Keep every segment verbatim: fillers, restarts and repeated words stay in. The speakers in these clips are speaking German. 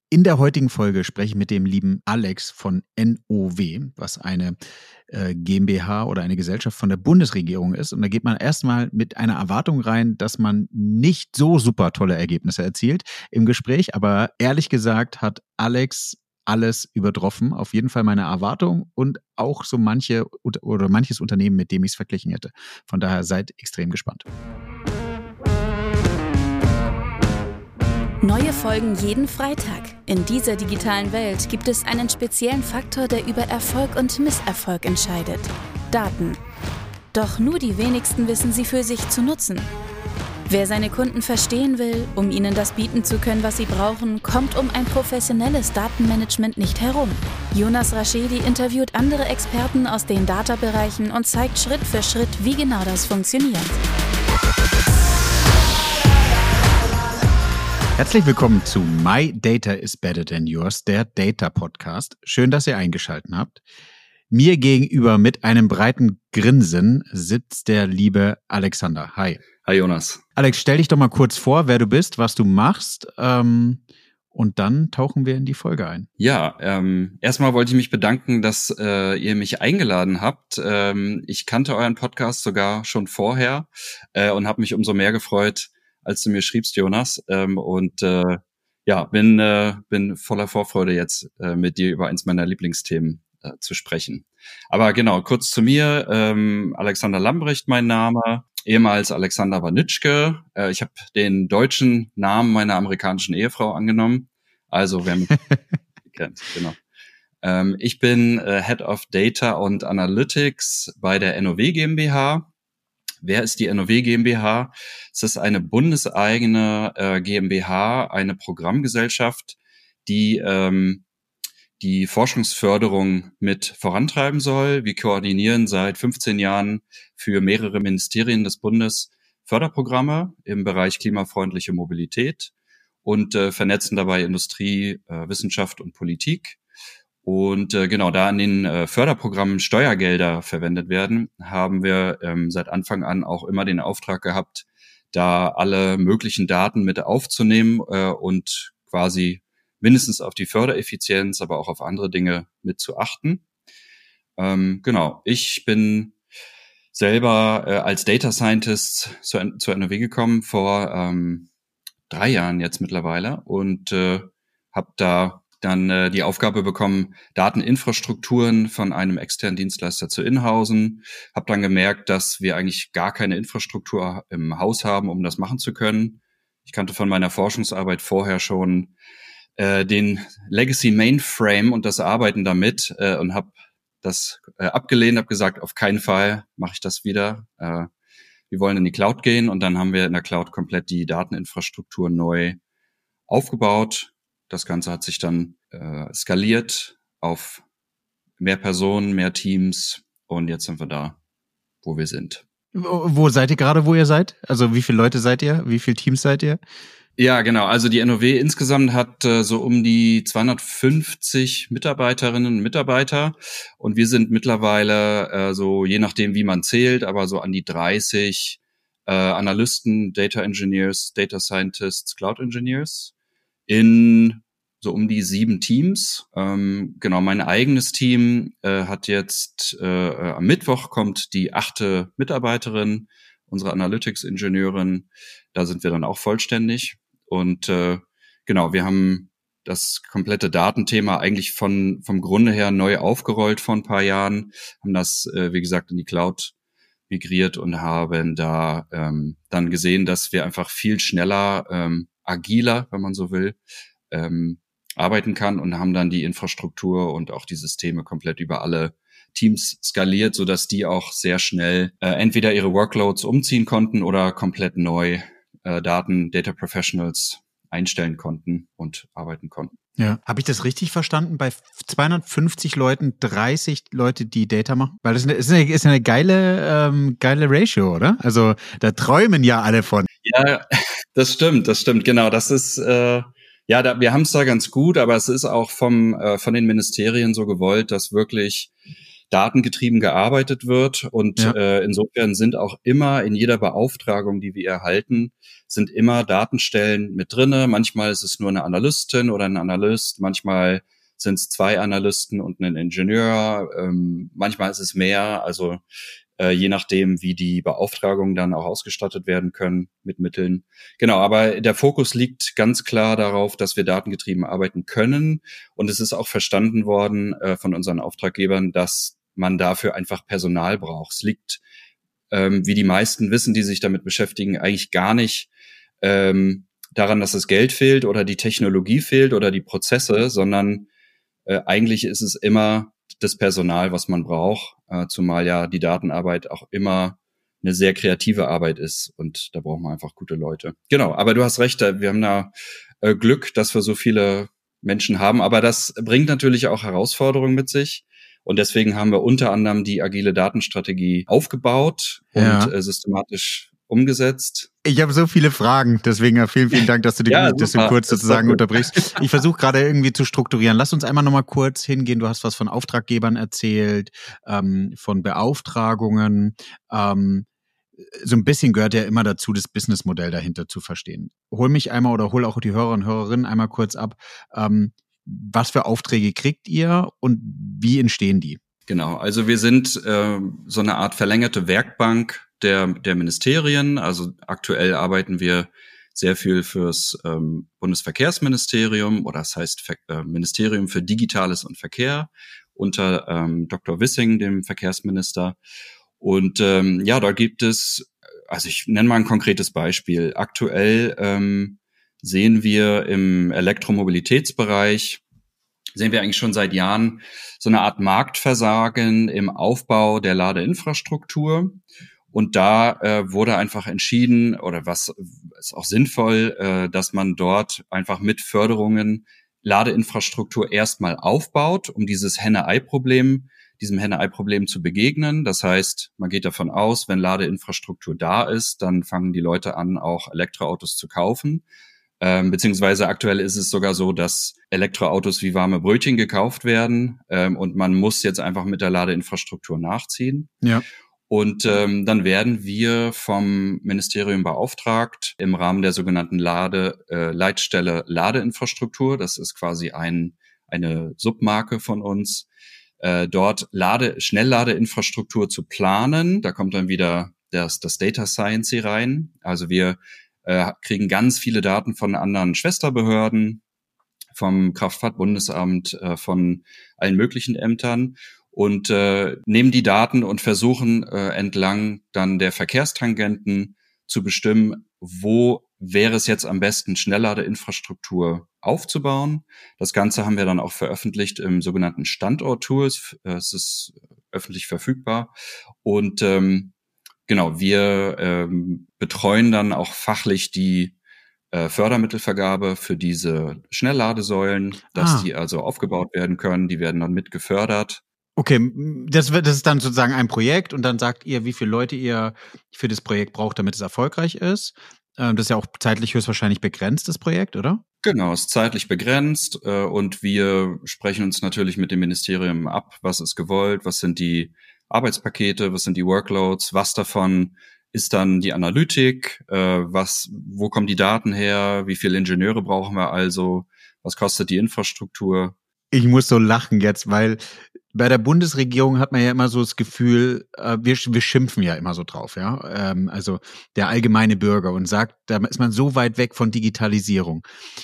In der heutigen Folge spreche ich mit dem lieben Alex von N O W, was eine äh, GmbH oder eine Gesellschaft von der Bundesregierung ist. Und da geht man erstmal mit einer Erwartung rein, dass man nicht so super tolle Ergebnisse erzielt im Gespräch. Aber ehrlich gesagt hat Alex alles übertroffen. Auf jeden Fall meine Erwartung und auch so manche oder manches Unternehmen, mit dem ich es verglichen hätte. Von daher seid extrem gespannt. Neue Folgen jeden Freitag. In dieser digitalen Welt gibt es einen speziellen Faktor, der über Erfolg und Misserfolg entscheidet. Daten. Doch nur die wenigsten wissen sie für sich zu nutzen. Wer seine Kunden verstehen will, um ihnen das bieten zu können, was sie brauchen, kommt um ein professionelles Datenmanagement nicht herum. Jonas Raschedi interviewt andere Experten aus den Data-Bereichen und zeigt Schritt für Schritt, wie genau das funktioniert. Herzlich willkommen zu My Data is Better Than Yours, der Data-Podcast. Schön, dass ihr eingeschaltet habt. Mir gegenüber mit einem breiten Grinsen sitzt der liebe Alexander. Hi. Hi Jonas. Alex, stell dich doch mal kurz vor, wer du bist, was du machst, ähm, und dann tauchen wir in die Folge ein. Ja, ähm, erstmal wollte ich mich bedanken, dass äh, ihr mich eingeladen habt. Ähm, ich kannte euren Podcast sogar schon vorher äh, und habe mich umso mehr gefreut, als du mir schriebst, Jonas. Ähm, und äh, ja, bin äh, bin voller Vorfreude jetzt äh, mit dir über eins meiner Lieblingsthemen äh, zu sprechen. Aber genau, kurz zu mir. Ähm, Alexander Lambrecht mein Name, ehemals Alexander Wanitschke. Äh, ich habe den deutschen Namen meiner amerikanischen Ehefrau angenommen. Also wer mich kennt, genau. Ähm, ich bin äh, Head of Data und Analytics bei der N O W GmbH. Wer ist die N O W GmbH? Es ist eine bundeseigene äh, GmbH, eine Programmgesellschaft, die ähm, die Forschungsförderung mit vorantreiben soll. Wir koordinieren seit fünfzehn Jahren für mehrere Ministerien des Bundes Förderprogramme im Bereich klimafreundliche Mobilität und äh, vernetzen dabei Industrie, äh, Wissenschaft und Politik. Und äh, genau, da in den äh, Förderprogrammen Steuergelder verwendet werden, haben wir ähm, seit Anfang an auch immer den Auftrag gehabt, da alle möglichen Daten mit aufzunehmen äh, und quasi mindestens auf die Fördereffizienz, aber auch auf andere Dinge mit zu achten. Ähm, genau, ich bin selber äh, als Data Scientist zur, zur N O W gekommen vor ähm, drei Jahren jetzt mittlerweile und äh, habe da dann äh, die Aufgabe bekommen, Dateninfrastrukturen von einem externen Dienstleister zu inhausen. Habe dann gemerkt, dass wir eigentlich gar keine Infrastruktur im Haus haben, um das machen zu können. Ich kannte von meiner Forschungsarbeit vorher schon äh, den Legacy Mainframe und das Arbeiten damit äh, und habe das äh, abgelehnt, habe gesagt, auf keinen Fall mache ich das wieder. Äh, wir wollen in die Cloud gehen und dann haben wir in der Cloud komplett die Dateninfrastruktur neu aufgebaut. Das Ganze hat sich dann äh, skaliert auf mehr Personen, mehr Teams und jetzt sind wir da, wo wir sind. Wo, wo seid ihr gerade, wo ihr seid? Also wie viele Leute seid ihr? Wie viele Teams seid ihr? Ja, genau. Also die N O W insgesamt hat äh, so um die zweihundertfünfzig Mitarbeiterinnen und Mitarbeiter und wir sind mittlerweile äh, so, je nachdem wie man zählt, aber so an die dreißig äh, Analysten, Data Engineers, Data Scientists, Cloud Engineers in so um die sieben Teams. Ähm, genau, mein eigenes Team äh, hat jetzt, äh, am Mittwoch kommt die achte Mitarbeiterin, unsere Analytics-Ingenieurin. Da sind wir dann auch vollständig. Und äh, genau, wir haben das komplette Datenthema eigentlich von vom Grunde her neu aufgerollt vor ein paar Jahren, haben das, äh, wie gesagt, in die Cloud migriert und haben da ähm, dann gesehen, dass wir einfach viel schneller ähm, agiler, wenn man so will, ähm, arbeiten kann und haben dann die Infrastruktur und auch die Systeme komplett über alle Teams skaliert, sodass die auch sehr schnell äh, entweder ihre Workloads umziehen konnten oder komplett neu äh, Daten, Data Professionals einstellen konnten und arbeiten konnten. Ja. Habe ich das richtig verstanden? Bei zweihundertfünfzig Leuten, dreißig Leute, die Data machen? Weil das ist eine, ist eine, ist eine geile, ähm, geile Ratio, oder? Also da träumen ja alle von. Ja, das stimmt, das stimmt, genau. Das ist, äh, ja, da, wir haben es da ganz gut, aber es ist auch vom äh, von den Ministerien so gewollt, dass wirklich datengetrieben gearbeitet wird. Und ja. äh, insofern sind auch immer in jeder Beauftragung, die wir erhalten, sind immer Datenstellen mit drinne. Manchmal ist es nur eine Analystin oder ein Analyst, manchmal sind es zwei Analysten und ein Ingenieur, ähm, manchmal ist es mehr, also äh, je nachdem, wie die Beauftragungen dann auch ausgestattet werden können mit Mitteln. Genau, aber der Fokus liegt ganz klar darauf, dass wir datengetrieben arbeiten können. Und es ist auch verstanden worden äh, von unseren Auftraggebern, dass man dafür einfach Personal braucht. Es liegt, ähm, wie die meisten wissen, die sich damit beschäftigen, eigentlich gar nicht ähm, daran, dass das Geld fehlt oder die Technologie fehlt oder die Prozesse, sondern äh, eigentlich ist es immer das Personal, was man braucht, äh, zumal ja die Datenarbeit auch immer eine sehr kreative Arbeit ist und da braucht man einfach gute Leute. Genau, aber du hast recht, wir haben da äh, Glück, dass wir so viele Menschen haben, aber das bringt natürlich auch Herausforderungen mit sich und deswegen haben wir unter anderem die agile Datenstrategie aufgebaut ja. und äh, systematisch umgesetzt. Ich habe so viele Fragen, deswegen vielen, vielen Dank, dass du, die, ja, dass du kurz sozusagen unterbrichst. Ich versuche gerade irgendwie zu strukturieren. Lass uns einmal nochmal kurz hingehen. Du hast was von Auftraggebern erzählt, ähm, von Beauftragungen. Ähm, so ein bisschen gehört ja immer dazu, das Businessmodell dahinter zu verstehen. Hol mich einmal oder hol auch die Hörer und Hörerinnen einmal kurz ab. Ähm, was für Aufträge kriegt ihr und wie entstehen die? Genau, also wir sind äh, so eine Art verlängerte Werkbank der der Ministerien. Also aktuell arbeiten wir sehr viel fürs ähm, Bundesverkehrsministerium oder das heißt Ver- äh, Ministerium für Digitales und Verkehr unter ähm, Doktor Wissing, dem Verkehrsminister. Und ähm, ja, da gibt es, also ich nenne mal ein konkretes Beispiel. Aktuell ähm, sehen wir im Elektromobilitätsbereich sehen wir eigentlich schon seit Jahren so eine Art Marktversagen im Aufbau der Ladeinfrastruktur. Und da äh, wurde einfach entschieden, oder was ist auch sinnvoll, äh, dass man dort einfach mit Förderungen Ladeinfrastruktur erstmal aufbaut, um dieses Henne-Ei-Problem, diesem Henne-Ei-Problem zu begegnen. Das heißt, man geht davon aus, wenn Ladeinfrastruktur da ist, dann fangen die Leute an, auch Elektroautos zu kaufen. Ähm, beziehungsweise aktuell ist es sogar so, dass Elektroautos wie warme Brötchen gekauft werden ähm, und man muss jetzt einfach mit der Ladeinfrastruktur nachziehen. Ja. Und ähm, dann werden wir vom Ministerium beauftragt im Rahmen der sogenannten Lade äh, Leitstelle Ladeinfrastruktur. Das ist quasi ein eine Submarke von uns, äh, dort Lade Schnellladeinfrastruktur zu planen. Da kommt dann wieder das das Data Science hier rein. Also wir äh, kriegen ganz viele Daten von anderen Schwesterbehörden, vom Kraftfahrtbundesamt, äh, von allen möglichen Ämtern und äh, nehmen die Daten und versuchen äh, entlang dann der Verkehrstangenten zu bestimmen, wo wäre es jetzt am besten, Schnellladeinfrastruktur aufzubauen. Das Ganze haben wir dann auch veröffentlicht im sogenannten Standort-Tools. Es ist öffentlich verfügbar und ähm, genau, wir ähm, betreuen dann auch fachlich die äh, Fördermittelvergabe für diese Schnellladesäulen, dass Ah. die also aufgebaut werden können. Die werden dann mit gefördert. Okay, das, wird, das ist dann sozusagen ein Projekt und dann sagt ihr, wie viele Leute ihr für das Projekt braucht, damit es erfolgreich ist. Ähm, das ist ja auch zeitlich höchstwahrscheinlich begrenzt, das Projekt, oder? Genau, es ist zeitlich begrenzt äh, und wir sprechen uns natürlich mit dem Ministerium ab, was ist gewollt, was sind die Arbeitspakete, was sind die Workloads, was davon ist dann die Analytik, äh, was, wo kommen die Daten her, wie viele Ingenieure brauchen wir also, was kostet die Infrastruktur? Ich muss so lachen jetzt, weil bei der Bundesregierung hat man ja immer so das Gefühl, äh, wir, wir schimpfen ja immer so drauf, ja, ähm, also der allgemeine Bürger und sagt, da ist man so weit weg von Digitalisierung.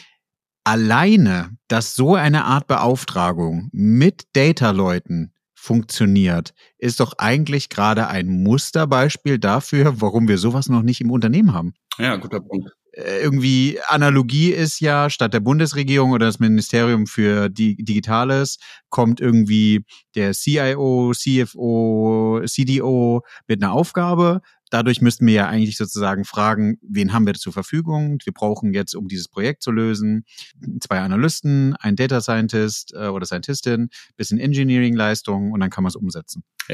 Alleine, dass so eine Art Beauftragung mit Data-Leuten funktioniert, ist doch eigentlich gerade ein Musterbeispiel dafür, warum wir sowas noch nicht im Unternehmen haben. Ja, guter Punkt. Irgendwie Analogie ist ja, statt der Bundesregierung oder das Ministerium für Digitales kommt irgendwie der C I O, C F O, C D O mit einer Aufgabe. Dadurch müssten wir ja eigentlich sozusagen fragen, wen haben wir zur Verfügung? Wir brauchen jetzt, um dieses Projekt zu lösen, zwei Analysten, einen Data Scientist äh, oder Scientistin, bisschen Engineering-Leistung und dann kann man es umsetzen. Ja.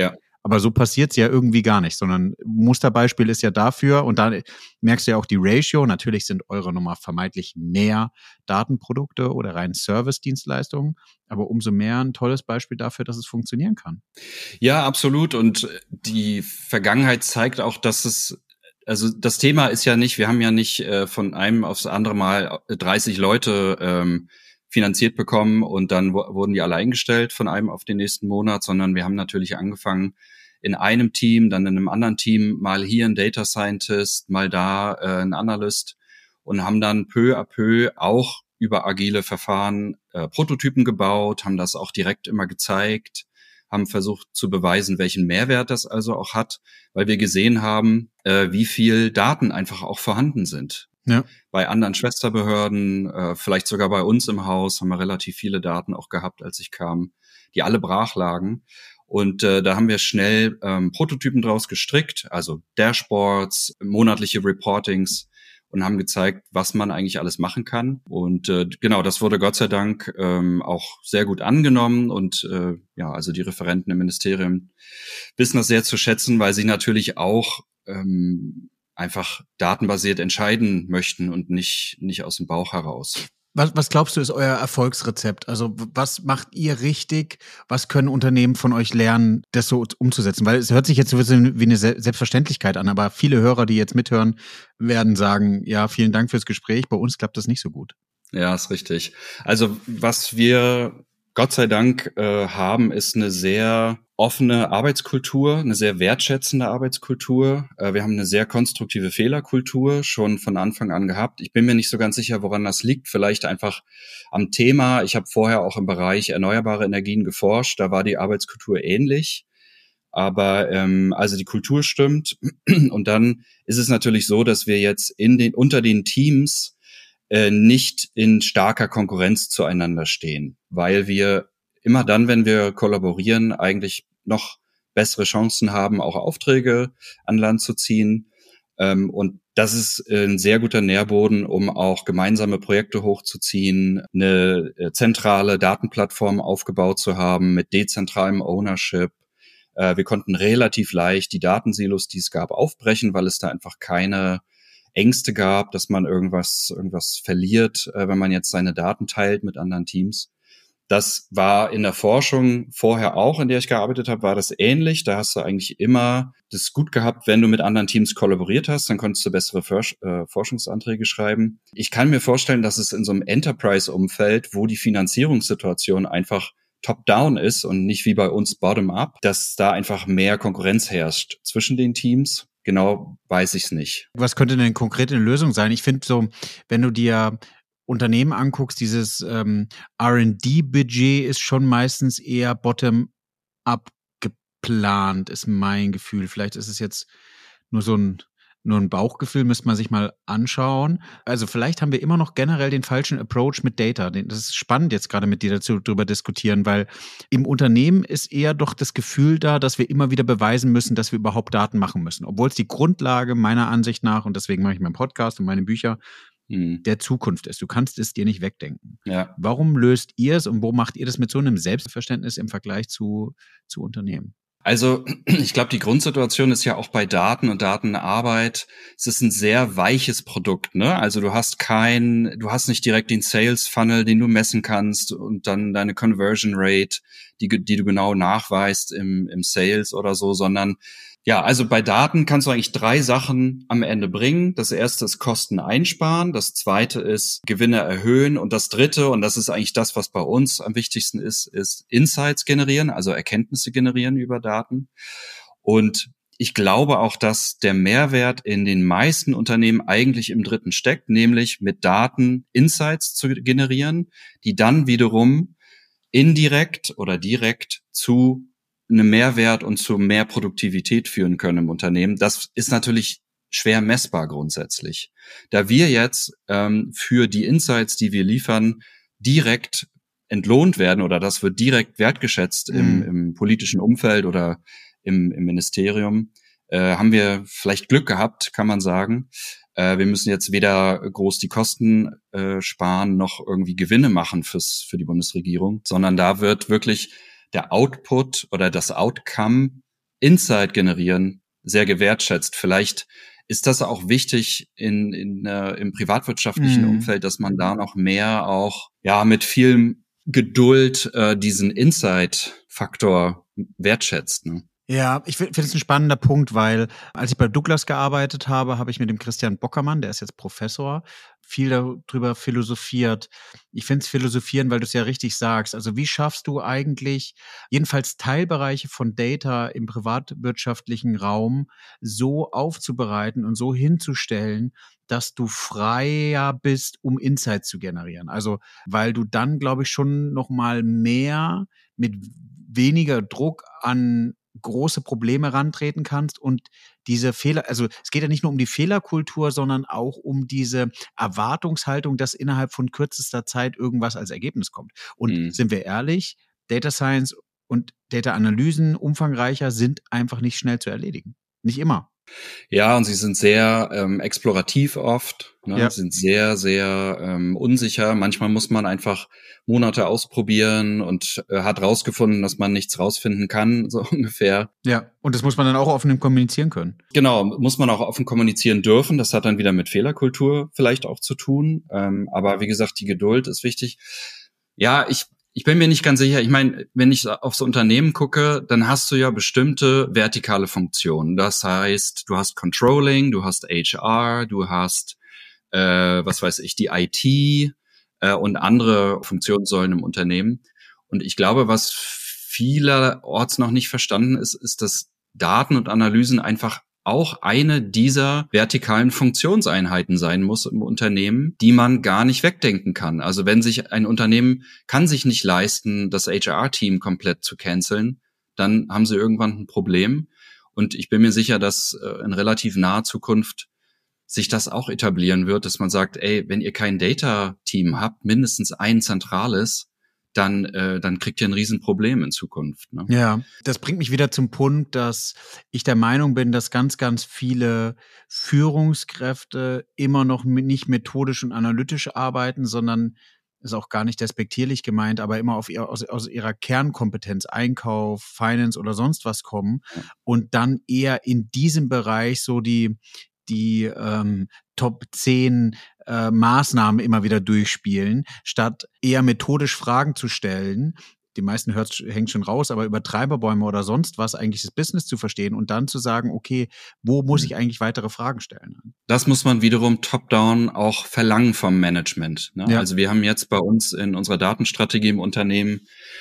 Aber so passiert es ja irgendwie gar nicht, sondern Musterbeispiel ist ja dafür und da merkst du ja auch die Ratio. Natürlich sind eure Nummer vermeintlich mehr Datenprodukte oder rein Service-Dienstleistungen, aber umso mehr ein tolles Beispiel dafür, dass es funktionieren kann. Ja, absolut. Und die Vergangenheit zeigt auch, dass es Also das Thema ist ja nicht, wir haben ja nicht äh, von einem aufs andere Mal dreißig Leute ähm, finanziert bekommen und dann w- wurden die alle eingestellt von einem auf den nächsten Monat, sondern wir haben natürlich angefangen in einem Team, dann in einem anderen Team, mal hier ein Data Scientist, mal da äh, ein Analyst und haben dann peu à peu auch über agile Verfahren äh, Prototypen gebaut, haben das auch direkt immer gezeigt, haben versucht zu beweisen, welchen Mehrwert das also auch hat, weil wir gesehen haben, äh, wie viel Daten einfach auch vorhanden sind. Ja. Bei anderen Schwesterbehörden, äh, vielleicht sogar bei uns im Haus, haben wir relativ viele Daten auch gehabt, als ich kam, die alle brach lagen. Und äh, da haben wir schnell ähm, Prototypen draus gestrickt, also Dashboards, monatliche Reportings und haben gezeigt, was man eigentlich alles machen kann. Und äh, genau, das wurde Gott sei Dank ähm, auch sehr gut angenommen. Und äh, ja, also die Referenten im Ministerium wissen das sehr zu schätzen, weil sie natürlich auch ähm, einfach datenbasiert entscheiden möchten und nicht nicht aus dem Bauch heraus. Was, was glaubst du, ist euer Erfolgsrezept? Also was macht ihr richtig? Was können Unternehmen von euch lernen, das so umzusetzen? Weil es hört sich jetzt so wie eine Selbstverständlichkeit an, aber viele Hörer, die jetzt mithören, werden sagen, ja, vielen Dank fürs Gespräch, bei uns klappt das nicht so gut. Ja, ist richtig. Also was wir Gott sei Dank äh, haben, ist eine sehr offene Arbeitskultur, eine sehr wertschätzende Arbeitskultur. Äh, wir haben eine sehr konstruktive Fehlerkultur schon von Anfang an gehabt. Ich bin mir nicht so ganz sicher, woran das liegt. Vielleicht einfach am Thema. Ich habe vorher auch im Bereich erneuerbare Energien geforscht. Da war die Arbeitskultur ähnlich. Aber ähm, also die Kultur stimmt. Und dann ist es natürlich so, dass wir jetzt in den unter den Teams äh, nicht in starker Konkurrenz zueinander stehen, weil wir immer dann, wenn wir kollaborieren, eigentlich noch bessere Chancen haben, auch Aufträge an Land zu ziehen. Ähm, und das ist ein sehr guter Nährboden, um auch gemeinsame Projekte hochzuziehen, eine zentrale Datenplattform aufgebaut zu haben mit dezentralem Ownership. Äh, wir konnten relativ leicht die Datensilos, die es gab, aufbrechen, weil es da einfach keine Ängste gab, dass man irgendwas irgendwas verliert, äh, wenn man jetzt seine Daten teilt mit anderen Teams. Das war in der Forschung vorher auch, in der ich gearbeitet habe, war das ähnlich. Da hast du eigentlich immer das gut gehabt, wenn du mit anderen Teams kollaboriert hast, dann konntest du bessere Forsch- äh, Forschungsanträge schreiben. Ich kann mir vorstellen, dass es in so einem Enterprise-Umfeld, wo die Finanzierungssituation einfach top-down ist und nicht wie bei uns bottom-up, dass da einfach mehr Konkurrenz herrscht zwischen den Teams. Genau weiß ich es nicht. Was könnte denn konkret eine Lösung sein? Ich finde so, wenn du dir Unternehmen anguckst, dieses ähm, R und D-Budget ist schon meistens eher bottom-up geplant, ist mein Gefühl. Vielleicht ist es jetzt nur so ein nur ein Bauchgefühl, müsste man sich mal anschauen. Also vielleicht haben wir immer noch generell den falschen Approach mit Data. Das ist spannend jetzt gerade mit dir dazu drüber diskutieren, weil im Unternehmen ist eher doch das Gefühl da, dass wir immer wieder beweisen müssen, dass wir überhaupt Daten machen müssen. Obwohl es die Grundlage meiner Ansicht nach, und deswegen mache ich meinen Podcast und meine Bücher, hm. der Zukunft ist. Du kannst es dir nicht wegdenken. Ja. Warum löst ihr es und wo macht ihr das mit so einem Selbstverständnis im Vergleich zu, zu Unternehmen? Also ich glaube, die Grundsituation ist ja auch bei Daten und Datenarbeit, es ist ein sehr weiches Produkt, ne? Also du hast kein, du hast nicht direkt den Sales Funnel, den du messen kannst und dann deine Conversion Rate, die, die du genau nachweist im, im Sales oder so, sondern ja, also bei Daten kannst du eigentlich drei Sachen am Ende bringen. Das erste ist Kosten einsparen, das zweite ist Gewinne erhöhen und das dritte, und das ist eigentlich das, was bei uns am wichtigsten ist, ist Insights generieren, also Erkenntnisse generieren über Daten. Und ich glaube auch, dass der Mehrwert in den meisten Unternehmen eigentlich im dritten steckt, nämlich mit Daten Insights zu generieren, die dann wiederum indirekt oder direkt zu einem Mehrwert und zu mehr Produktivität führen können im Unternehmen. Das ist natürlich schwer messbar grundsätzlich. Da wir jetzt ähm, für die Insights, die wir liefern, direkt entlohnt werden oder das wird direkt wertgeschätzt mhm. im, im politischen Umfeld oder im, im Ministerium, äh, haben wir vielleicht Glück gehabt, kann man sagen. Äh, wir müssen jetzt weder groß die Kosten äh, sparen noch irgendwie Gewinne machen fürs für die Bundesregierung, sondern da wird wirklich der Output oder das Outcome Insight generieren sehr gewertschätzt. Vielleicht ist das auch wichtig in, in äh, im privatwirtschaftlichen mhm. Umfeld, dass man da noch mehr auch ja mit viel Geduld äh, diesen Insight-Faktor wertschätzt. Ne? Ja, ich finde es ein spannender Punkt, weil als ich bei Douglas gearbeitet habe, habe ich mit dem Christian Bockermann, der ist jetzt Professor, viel darüber philosophiert. Ich finde es philosophieren, weil du es ja richtig sagst. Also wie schaffst du eigentlich jedenfalls Teilbereiche von Data im privatwirtschaftlichen Raum so aufzubereiten und so hinzustellen, dass du freier bist, um Insights zu generieren. Also weil du dann, glaube ich, schon noch mal mehr mit weniger Druck an große Probleme rantreten kannst und diese Fehler, also es geht ja nicht nur um die Fehlerkultur, sondern auch um diese Erwartungshaltung, dass innerhalb von kürzester Zeit irgendwas als Ergebnis kommt. Und mhm. sind wir ehrlich, Data Science und Data Analysen umfangreicher sind einfach nicht schnell zu erledigen. Nicht immer. Ja, und sie sind sehr ähm, explorativ oft, ne? Ja. Sind sehr, sehr ähm, unsicher. Manchmal muss man einfach Monate ausprobieren und äh, hat rausgefunden, dass man nichts rausfinden kann, so ungefähr. Ja, und das muss man dann auch offen kommunizieren können. Genau, muss man auch offen kommunizieren dürfen. Das hat dann wieder mit Fehlerkultur vielleicht auch zu tun. Ähm, aber wie gesagt, die Geduld ist wichtig. Ja, ich Ich bin mir nicht ganz sicher. Ich meine, wenn ich aufs Unternehmen gucke, dann hast du ja bestimmte vertikale Funktionen. Das heißt, du hast Controlling, du hast H R, du hast, äh, was weiß ich, die I T äh, und andere Funktionssäulen im Unternehmen. Und ich glaube, was vielerorts noch nicht verstanden ist, ist, dass Daten und Analysen einfach auch eine dieser vertikalen Funktionseinheiten sein muss im Unternehmen, die man gar nicht wegdenken kann. Also wenn sich ein Unternehmen kann sich nicht leisten, das H R-Team komplett zu canceln, dann haben sie irgendwann ein Problem. Und ich bin mir sicher, dass äh, in relativ naher Zukunft sich das auch etablieren wird, dass man sagt, ey, wenn ihr kein Data-Team habt, mindestens ein zentrales, dann äh, dann kriegt ihr ein Riesenproblem in Zukunft. Ne? Ja, das bringt mich wieder zum Punkt, dass ich der Meinung bin, dass ganz, ganz viele Führungskräfte immer noch nicht methodisch und analytisch arbeiten, sondern ist auch gar nicht despektierlich gemeint, aber immer auf ihr, aus, aus ihrer Kernkompetenz, Einkauf, Finance oder sonst was kommen ja. und dann eher in diesem Bereich so die die ähm, Top zehn äh, Maßnahmen immer wieder durchspielen, statt eher methodisch Fragen zu stellen. Die meisten hört, hängt schon raus, aber über Treiberbäume oder sonst was eigentlich das Business zu verstehen und dann zu sagen, okay, wo muss ich eigentlich weitere Fragen stellen? Das muss man wiederum top-down auch verlangen vom Management. Ne? Ja. Also wir haben jetzt bei uns in unserer Datenstrategie im Unternehmen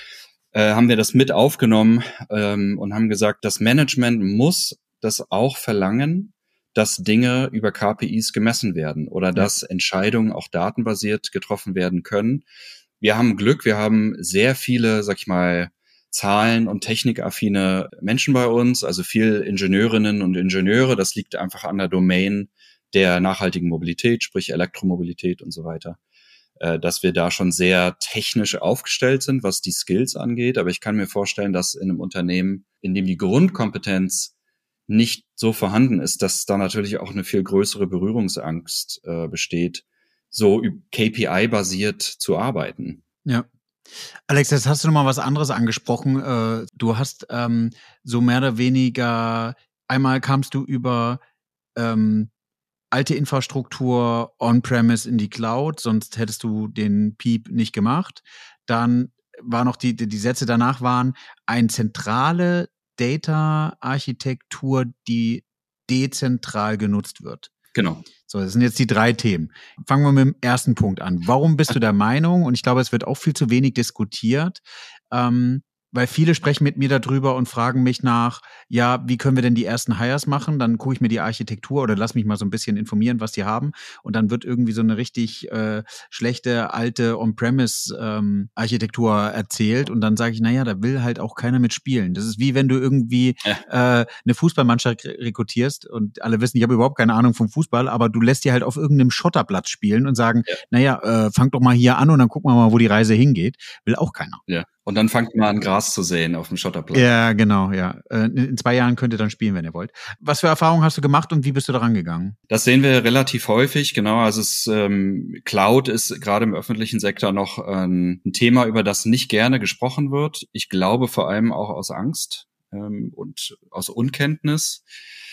äh, haben wir das mit aufgenommen ähm, und haben gesagt, das Management muss das auch verlangen, dass Dinge über K P Is gemessen werden oder dass Entscheidungen auch datenbasiert getroffen werden können. Wir haben Glück, wir haben sehr viele, sag ich mal, Zahlen- und technikaffine Menschen bei uns, also viel Ingenieurinnen und Ingenieure. Das liegt einfach an der Domain der nachhaltigen Mobilität, sprich Elektromobilität und so weiter, dass wir da schon sehr technisch aufgestellt sind, was die Skills angeht. Aber ich kann mir vorstellen, dass in einem Unternehmen, in dem die Grundkompetenz nicht so vorhanden ist, dass da natürlich auch eine viel größere Berührungsangst äh, besteht, so K P I-basiert zu arbeiten. Ja. Alex, jetzt hast du noch mal was anderes angesprochen. Äh, du hast ähm, so mehr oder weniger, einmal kamst du über ähm, alte Infrastruktur on-premise in die Cloud, sonst hättest du den Piep nicht gemacht. Dann war noch die, die Sätze danach waren, eine zentrale Data-Architektur, die dezentral genutzt wird. Genau. So, das sind jetzt die drei Themen. Fangen wir mit dem ersten Punkt an. Warum bist du der Meinung, und ich glaube, es wird auch viel zu wenig diskutiert, ähm, weil viele sprechen mit mir darüber und fragen mich nach, ja, wie können wir denn die ersten Hires machen? Dann gucke ich mir die Architektur oder lass mich mal so ein bisschen informieren, was die haben. Und dann wird irgendwie so eine richtig äh, schlechte, alte On-Premise-Architektur ähm, erzählt. Und dann sage ich, naja, da will halt auch keiner mitspielen. Das ist wie wenn du irgendwie ja. äh, eine Fußballmannschaft rekrutierst und alle wissen, ich habe überhaupt keine Ahnung vom Fußball, aber du lässt die halt auf irgendeinem Schotterplatz spielen und sagen, ja. naja, äh, fang doch mal hier an und dann gucken wir mal, wo die Reise hingeht. Will auch keiner. Ja. Und dann fangt man an, Gras zu säen auf dem Schotterplatz. Ja, genau, ja. In zwei Jahren könnt ihr dann spielen, wenn ihr wollt. Was für Erfahrungen hast du gemacht und wie bist du daran gegangen? Das sehen wir relativ häufig, genau. Also es, ähm, Cloud ist gerade im öffentlichen Sektor noch ähm, ein Thema, über das nicht gerne gesprochen wird. Ich glaube vor allem auch aus Angst. ähm, und aus Unkenntnis.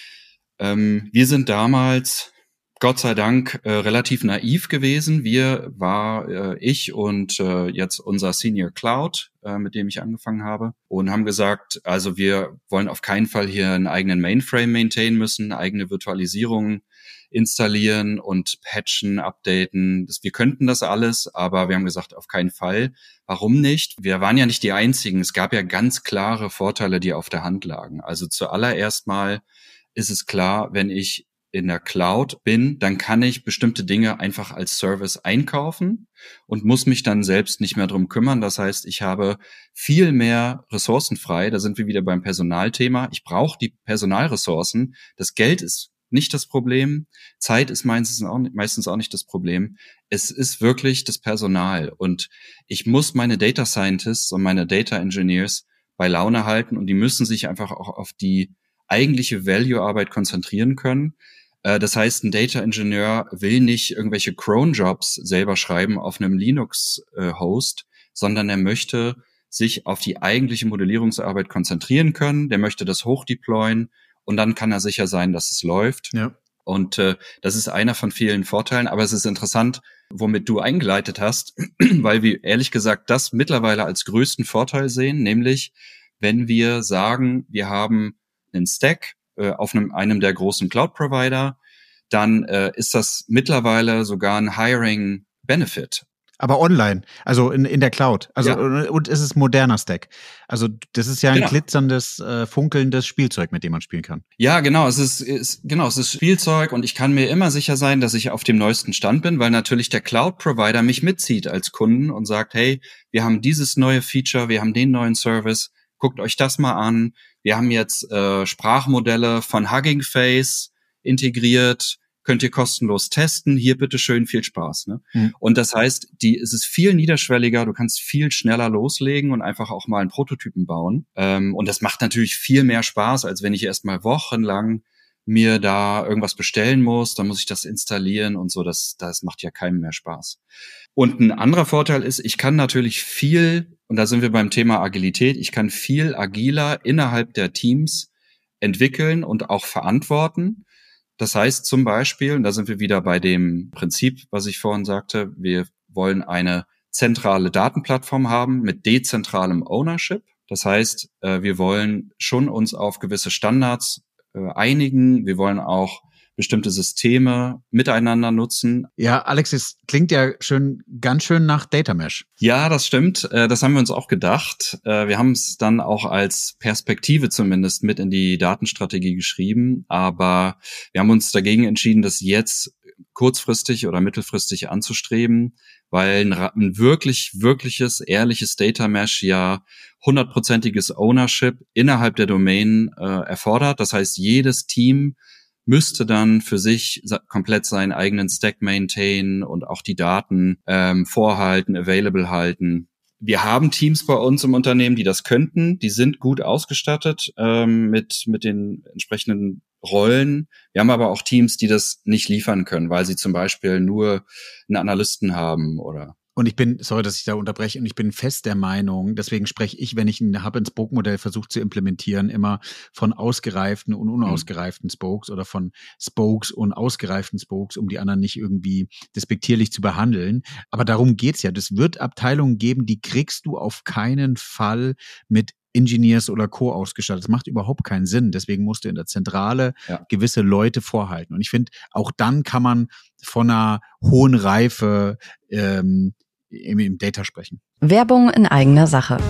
Ähm, wir sind damals, Gott sei Dank, äh, relativ naiv gewesen. Wir war äh, ich und äh, jetzt unser Senior Cloud, äh, mit dem ich angefangen habe, und haben gesagt, also wir wollen auf keinen Fall hier einen eigenen Mainframe maintainen müssen, eigene Virtualisierung installieren und patchen, updaten. Das, wir könnten das alles, aber wir haben gesagt, auf keinen Fall. Warum nicht? Wir waren ja nicht die Einzigen. Es gab ja ganz klare Vorteile, die auf der Hand lagen. Also zuallererst mal ist es klar, wenn ich in der Cloud bin, dann kann ich bestimmte Dinge einfach als Service einkaufen und muss mich dann selbst nicht mehr drum kümmern. Das heißt, ich habe viel mehr Ressourcen frei. Da sind wir wieder beim Personalthema. Ich brauche die Personalressourcen. Das Geld ist nicht das Problem. Zeit ist meistens auch, meistens auch nicht das Problem. Es ist wirklich das Personal. Und ich muss meine Data Scientists und meine Data Engineers bei Laune halten, und die müssen sich einfach auch auf die eigentliche Value-Arbeit konzentrieren können. Das heißt, ein Data-Ingenieur will nicht irgendwelche Cron-Jobs selber schreiben auf einem Linux-Host, sondern er möchte sich auf die eigentliche Modellierungsarbeit konzentrieren können. Der möchte das hochdeployen, und dann kann er sicher sein, dass es läuft. Ja. Und äh, das ist einer von vielen Vorteilen. Aber es ist interessant, womit du eingeleitet hast, weil wir ehrlich gesagt das mittlerweile als größten Vorteil sehen, nämlich wenn wir sagen, wir haben einen Stack äh, auf einem, einem der großen Cloud-Provider, dann äh, ist das mittlerweile sogar ein Hiring-Benefit. Aber online, also in, in der Cloud. Also, Ja. Und es ist moderner Stack. Also das ist ja ein Genau. glitzerndes, äh, funkelndes Spielzeug, mit dem man spielen kann. Ja, genau, es ist, ist genau, es ist Spielzeug, und ich kann mir immer sicher sein, dass ich auf dem neuesten Stand bin, weil natürlich der Cloud-Provider mich mitzieht als Kunden und sagt, hey, wir haben dieses neue Feature, wir haben den neuen Service, guckt euch das mal an. Wir haben jetzt äh, Sprachmodelle von Hugging Face integriert, könnt ihr kostenlos testen. Hier bitteschön, viel Spaß. Ne? Mhm. Und das heißt, die, es ist viel niederschwelliger, du kannst viel schneller loslegen und einfach auch mal einen Prototypen bauen. Ähm, und das macht natürlich viel mehr Spaß, als wenn ich erst mal wochenlang mir da irgendwas bestellen muss, dann muss ich das installieren und so. Das, das macht ja keinem mehr Spaß. Und ein anderer Vorteil ist, ich kann natürlich viel, und da sind wir beim Thema Agilität, ich kann viel agiler innerhalb der Teams entwickeln und auch verantworten. Das heißt zum Beispiel, und da sind wir wieder bei dem Prinzip, was ich vorhin sagte, wir wollen eine zentrale Datenplattform haben mit dezentralem Ownership. Das heißt, wir wollen schon uns auf gewisse Standards einigen. Wir wollen auch bestimmte Systeme miteinander nutzen. Ja, Alex, es klingt ja schön, ganz schön nach Data Mesh. Ja, das stimmt. Das haben wir uns auch gedacht. Wir haben es dann auch als Perspektive zumindest mit in die Datenstrategie geschrieben. Aber wir haben uns dagegen entschieden, das jetzt kurzfristig oder mittelfristig anzustreben, weil ein, ein wirklich, wirkliches, ehrliches Data Mesh ja hundertprozentiges Ownership innerhalb der Domain äh, erfordert. Das heißt, jedes Team müsste dann für sich komplett seinen eigenen Stack maintainen und auch die Daten ähm, vorhalten, available halten. Wir haben Teams bei uns im Unternehmen, die das könnten. Die sind gut ausgestattet ähm, mit mit den entsprechenden Rollen. Wir haben aber auch Teams, die das nicht liefern können, weil sie zum Beispiel nur einen Analysten haben oder. Und ich bin, sorry, dass ich da unterbreche, und ich bin fest der Meinung, deswegen spreche ich, wenn ich ein Hub-and-Spoke-Modell versuche zu implementieren, immer von ausgereiften und unausgereiften Spokes oder von Spokes und ausgereiften Spokes, um die anderen nicht irgendwie despektierlich zu behandeln. Aber darum geht's ja. Das wird Abteilungen geben, die kriegst du auf keinen Fall mit Engineers oder Co. ausgestattet. Das macht überhaupt keinen Sinn. Deswegen musst du in der Zentrale ja. gewisse Leute vorhalten. Und ich finde, auch dann kann man von einer hohen Reife ähm, im, im Data sprechen. Werbung in eigener Sache.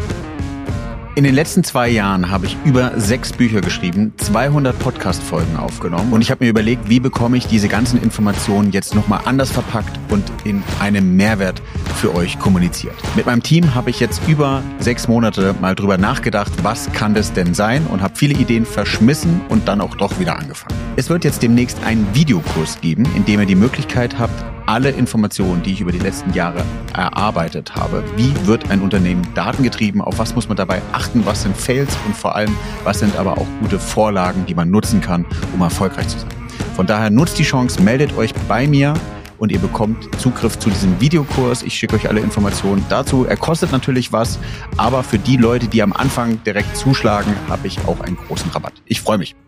In den letzten zwei Jahren habe ich über sechs Bücher geschrieben, zweihundert Podcast-Folgen aufgenommen, und ich habe mir überlegt, wie bekomme ich diese ganzen Informationen jetzt nochmal anders verpackt und in einem Mehrwert für euch kommuniziert. Mit meinem Team habe ich jetzt über sechs Monate mal drüber nachgedacht, was kann das denn sein, und habe viele Ideen verschmissen und dann auch doch wieder angefangen. Es wird jetzt demnächst einen Videokurs geben, in dem ihr die Möglichkeit habt, alle Informationen, die ich über die letzten Jahre erarbeitet habe. Wie wird ein Unternehmen datengetrieben? Auf was muss man dabei achten? Was sind Fails? Und vor allem, was sind aber auch gute Vorlagen, die man nutzen kann, um erfolgreich zu sein? Von daher nutzt die Chance, meldet euch bei mir und ihr bekommt Zugriff zu diesem Videokurs. Ich schicke euch alle Informationen dazu. Er kostet natürlich was, aber für die Leute, die am Anfang direkt zuschlagen, habe ich auch einen großen Rabatt. Ich freue mich.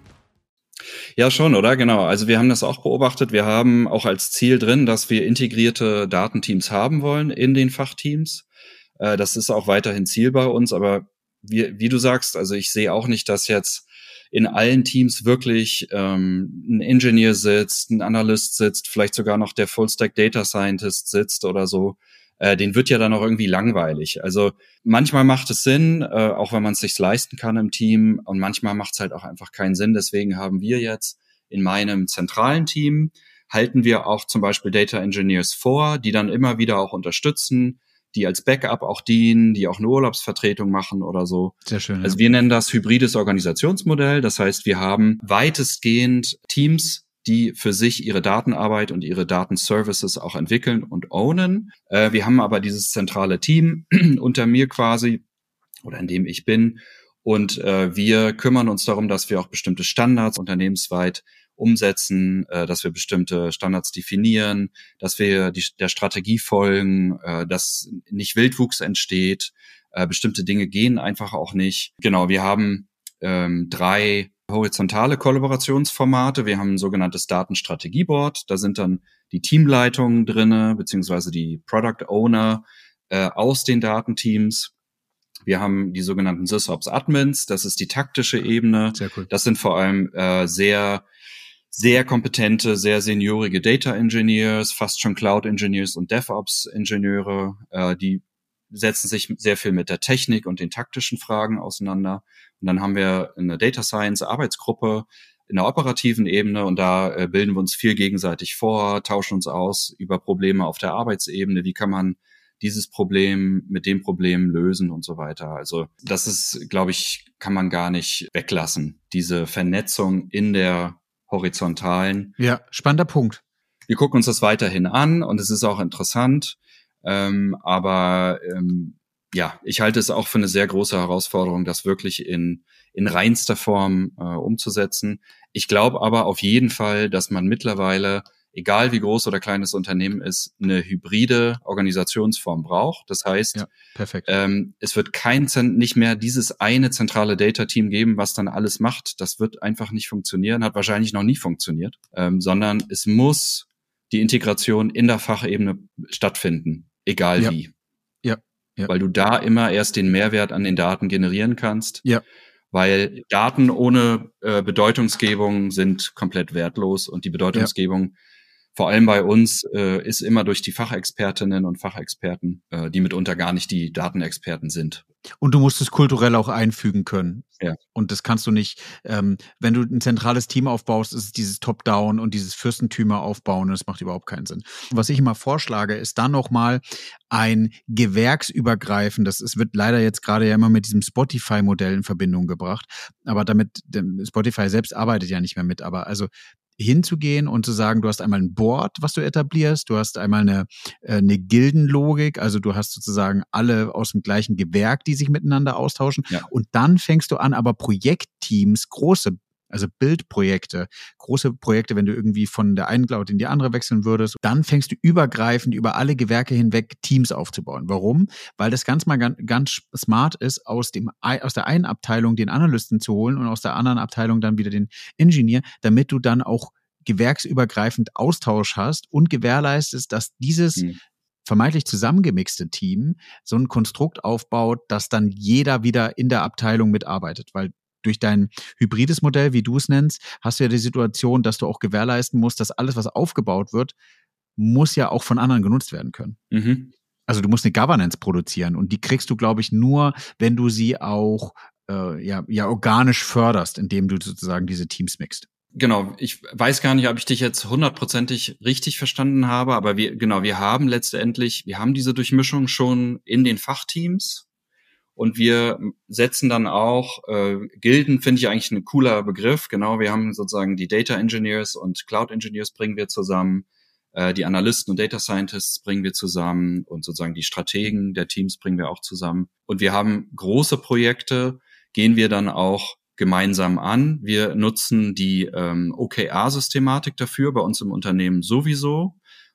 Ja, schon, oder? Genau. Also wir haben das auch beobachtet. Wir haben auch als Ziel drin, dass wir integrierte Datenteams haben wollen in den Fachteams. Äh, das ist auch weiterhin Ziel bei uns. Aber wie, wie du sagst, also ich sehe auch nicht, dass jetzt in allen Teams wirklich ähm, ein Engineer sitzt, ein Analyst sitzt, vielleicht sogar noch der Full-Stack Data Scientist sitzt oder so. Äh, den wird ja dann auch irgendwie langweilig. Also manchmal macht es Sinn, äh, auch wenn man es sich leisten kann im Team, und manchmal macht es halt auch einfach keinen Sinn. Deswegen haben wir jetzt in meinem zentralen Team, halten wir auch zum Beispiel Data Engineers vor, die dann immer wieder auch unterstützen, die als Backup auch dienen, die auch eine Urlaubsvertretung machen oder so. Sehr schön. Also ja. wir nennen das hybrides Organisationsmodell. Das heißt, wir haben weitestgehend Teams, die für sich ihre Datenarbeit und ihre Datenservices auch entwickeln und ownen. Äh, wir haben aber dieses zentrale Team unter mir quasi, oder in dem ich bin, und äh, wir kümmern uns darum, dass wir auch bestimmte Standards unternehmensweit umsetzen, äh, dass wir bestimmte Standards definieren, dass wir die, der Strategie folgen, äh, dass nicht Wildwuchs entsteht, äh, bestimmte Dinge gehen einfach auch nicht. Genau, wir haben ähm, drei horizontale Kollaborationsformate. Wir haben ein sogenanntes Datenstrategieboard. Da sind dann die Teamleitungen drinne, beziehungsweise die Product Owner äh, aus den Datenteams. Wir haben die sogenannten SysOps-Admins. Das ist die taktische Ebene. Sehr cool. Das sind vor allem äh, sehr sehr kompetente, sehr seniorige Data Engineers, fast schon Cloud Engineers und DevOps Ingenieure, äh, die setzen sich sehr viel mit der Technik und den taktischen Fragen auseinander. Und dann haben wir eine Data Science Arbeitsgruppe in der operativen Ebene, und da äh, bilden wir uns viel gegenseitig vor, tauschen uns aus über Probleme auf der Arbeitsebene. Wie kann man dieses Problem mit dem Problem lösen und so weiter. Also das ist, glaube ich, kann man gar nicht weglassen, diese Vernetzung in der horizontalen. Ja, spannender Punkt. Wir gucken uns das weiterhin an und es ist auch interessant, ähm, aber ähm, ja, ich halte es auch für eine sehr große Herausforderung, das wirklich in in reinster Form äh, umzusetzen. Ich glaube aber auf jeden Fall, dass man mittlerweile, egal wie groß oder klein das Unternehmen ist, eine hybride Organisationsform braucht. Das heißt, ja, perfekt. Ähm, es wird kein nicht mehr dieses eine zentrale Data-Team geben, was dann alles macht. Das wird einfach nicht funktionieren, hat wahrscheinlich noch nie funktioniert, ähm, sondern es muss die Integration in der Fachebene stattfinden, egal ja. wie. Ja. Ja. Weil du da immer erst den Mehrwert an den Daten generieren kannst. Ja. Weil Daten ohne äh, Bedeutungsgebung sind komplett wertlos, und die Bedeutungsgebung, ja, vor allem bei uns, äh, ist immer durch die Fachexpertinnen und Fachexperten, äh, die mitunter gar nicht die Datenexperten sind. Und du musst es kulturell auch einfügen können. Ja. Und das kannst du nicht, ähm, wenn du ein zentrales Team aufbaust, ist es dieses Top-Down und dieses Fürstentümer aufbauen, und das macht überhaupt keinen Sinn. Was ich immer vorschlage, ist dann nochmal ein gewerksübergreifendes, es wird leider jetzt gerade ja immer mit diesem Spotify-Modell in Verbindung gebracht, aber damit, Spotify selbst arbeitet ja nicht mehr mit, aber also hinzugehen und zu sagen, du hast einmal ein Board, was du etablierst, du hast einmal eine, eine Gildenlogik, also du hast sozusagen alle aus dem gleichen Gewerk, die sich miteinander austauschen, ja, und dann fängst du an, aber Projektteams, große, also Bildprojekte, große Projekte, wenn du irgendwie von der einen Cloud in die andere wechseln würdest, dann fängst du übergreifend über alle Gewerke hinweg Teams aufzubauen. Warum? Weil das ganz mal ganz, ganz smart ist, aus dem aus der einen Abteilung den Analysten zu holen und aus der anderen Abteilung dann wieder den Ingenieur, damit du dann auch gewerksübergreifend Austausch hast und gewährleistest, dass dieses hm. vermeintlich zusammengemixte Team so ein Konstrukt aufbaut, dass dann jeder wieder in der Abteilung mitarbeitet, weil durch dein hybrides Modell, wie du es nennst, hast du ja die Situation, dass du auch gewährleisten musst, dass alles, was aufgebaut wird, muss ja auch von anderen genutzt werden können. Mhm. Also du musst eine Governance produzieren, und die kriegst du, glaube ich, nur, wenn du sie auch äh, ja, ja organisch förderst, indem du sozusagen diese Teams mixt. Genau, ich weiß gar nicht, ob ich dich jetzt hundertprozentig richtig verstanden habe, aber wir, genau, wir haben letztendlich, wir haben diese Durchmischung schon in den Fachteams. Und wir setzen dann auch, äh, Gilden finde ich eigentlich ein cooler Begriff. Genau, wir haben sozusagen die Data Engineers und Cloud Engineers bringen wir zusammen. Äh, die Analysten und Data Scientists bringen wir zusammen. Und sozusagen die Strategen der Teams bringen wir auch zusammen. Und wir haben große Projekte, gehen wir dann auch gemeinsam an. Wir nutzen die ähm, O K R-Systematik dafür, bei uns im Unternehmen sowieso.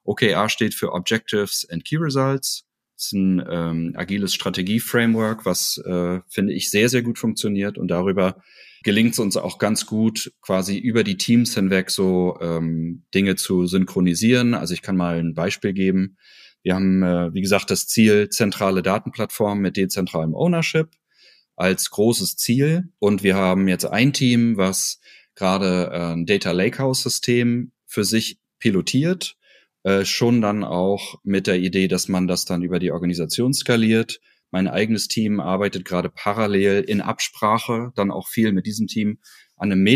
O K R steht für Objectives and Key Results. Das ist ein ähm, agiles Strategie-Framework, was, äh, finde ich, sehr, sehr gut funktioniert. Und darüber gelingt es uns auch ganz gut, quasi über die Teams hinweg so ähm, Dinge zu synchronisieren. Also ich kann mal ein Beispiel geben. Wir haben, äh, wie gesagt, das Ziel zentrale Datenplattform mit dezentralem Ownership als großes Ziel. Und wir haben jetzt ein Team, was gerade äh, ein Data Lakehouse-System für sich pilotiert. Äh, schon dann auch mit der Idee, dass man das dann über die Organisation skaliert. Mein eigenes Team arbeitet gerade parallel in Absprache, dann auch viel mit diesem Team, an einem